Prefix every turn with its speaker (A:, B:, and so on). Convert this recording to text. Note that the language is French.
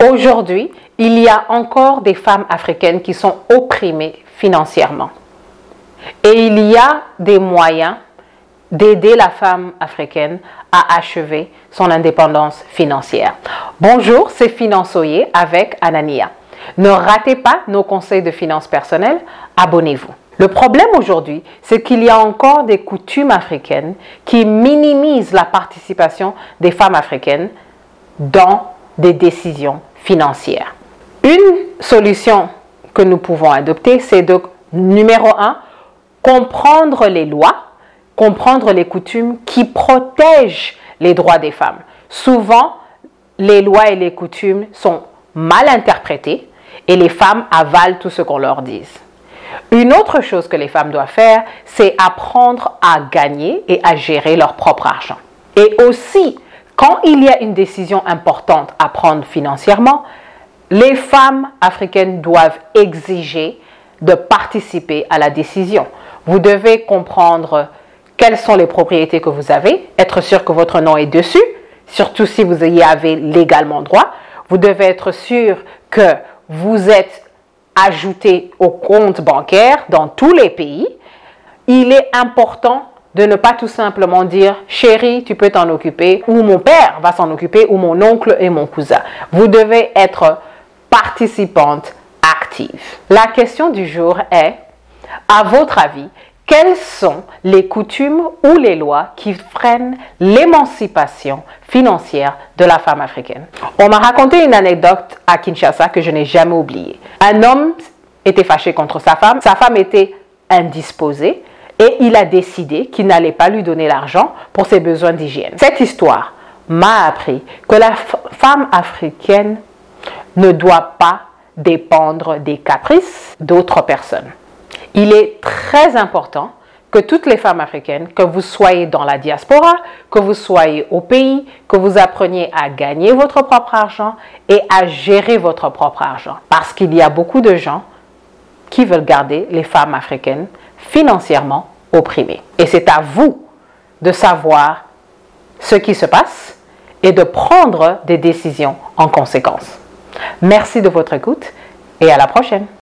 A: Aujourd'hui, il y a encore des femmes africaines qui sont opprimées financièrement. Et il y a des moyens d'aider la femme africaine à achever son indépendance financière. Bonjour, c'est Finançoyer avec Anania. Ne ratez pas nos conseils de finances personnelles, abonnez-vous. Le problème aujourd'hui, c'est qu'il y a encore des coutumes africaines qui minimisent la participation des femmes africaines dans des décisions financières. Une solution que nous pouvons adopter, c'est de, numéro 1, comprendre les lois, comprendre les coutumes qui protègent les droits des femmes. Souvent, les lois et les coutumes sont mal interprétées et les femmes avalent tout ce qu'on leur dit. Une autre chose que les femmes doivent faire, c'est apprendre à gagner et à gérer leur propre argent. Et aussi, quand il y a une décision importante à prendre financièrement, les femmes africaines doivent exiger de participer à la décision. Vous devez comprendre quelles sont les propriétés que vous avez, être sûr que votre nom est dessus, surtout si vous y avez légalement droit. Vous devez être sûr que vous êtes ajouté au compte bancaire dans tous les pays. Il est important de ne pas tout simplement dire « chérie, tu peux t'en occuper » ou « mon père va s'en occuper » ou « mon oncle et mon cousin ». Vous devez être participante active. La question du jour est, à votre avis, quelles sont les coutumes ou les lois qui freinent l'émancipation financière de la femme africaine? On m'a raconté une anecdote à Kinshasa que je n'ai jamais oubliée. Un homme était fâché contre sa femme était indisposée et il a décidé qu'il n'allait pas lui donner l'argent pour ses besoins d'hygiène. Cette histoire m'a appris que la femme africaine ne doit pas dépendre des caprices d'autres personnes. Il est très important que toutes les femmes africaines, que vous soyez dans la diaspora, que vous soyez au pays, que vous appreniez à gagner votre propre argent et à gérer votre propre argent. Parce qu'il y a beaucoup de gens qui veulent garder les femmes africaines financièrement opprimées. Et c'est à vous de savoir ce qui se passe et de prendre des décisions en conséquence. Merci de votre écoute et à la prochaine.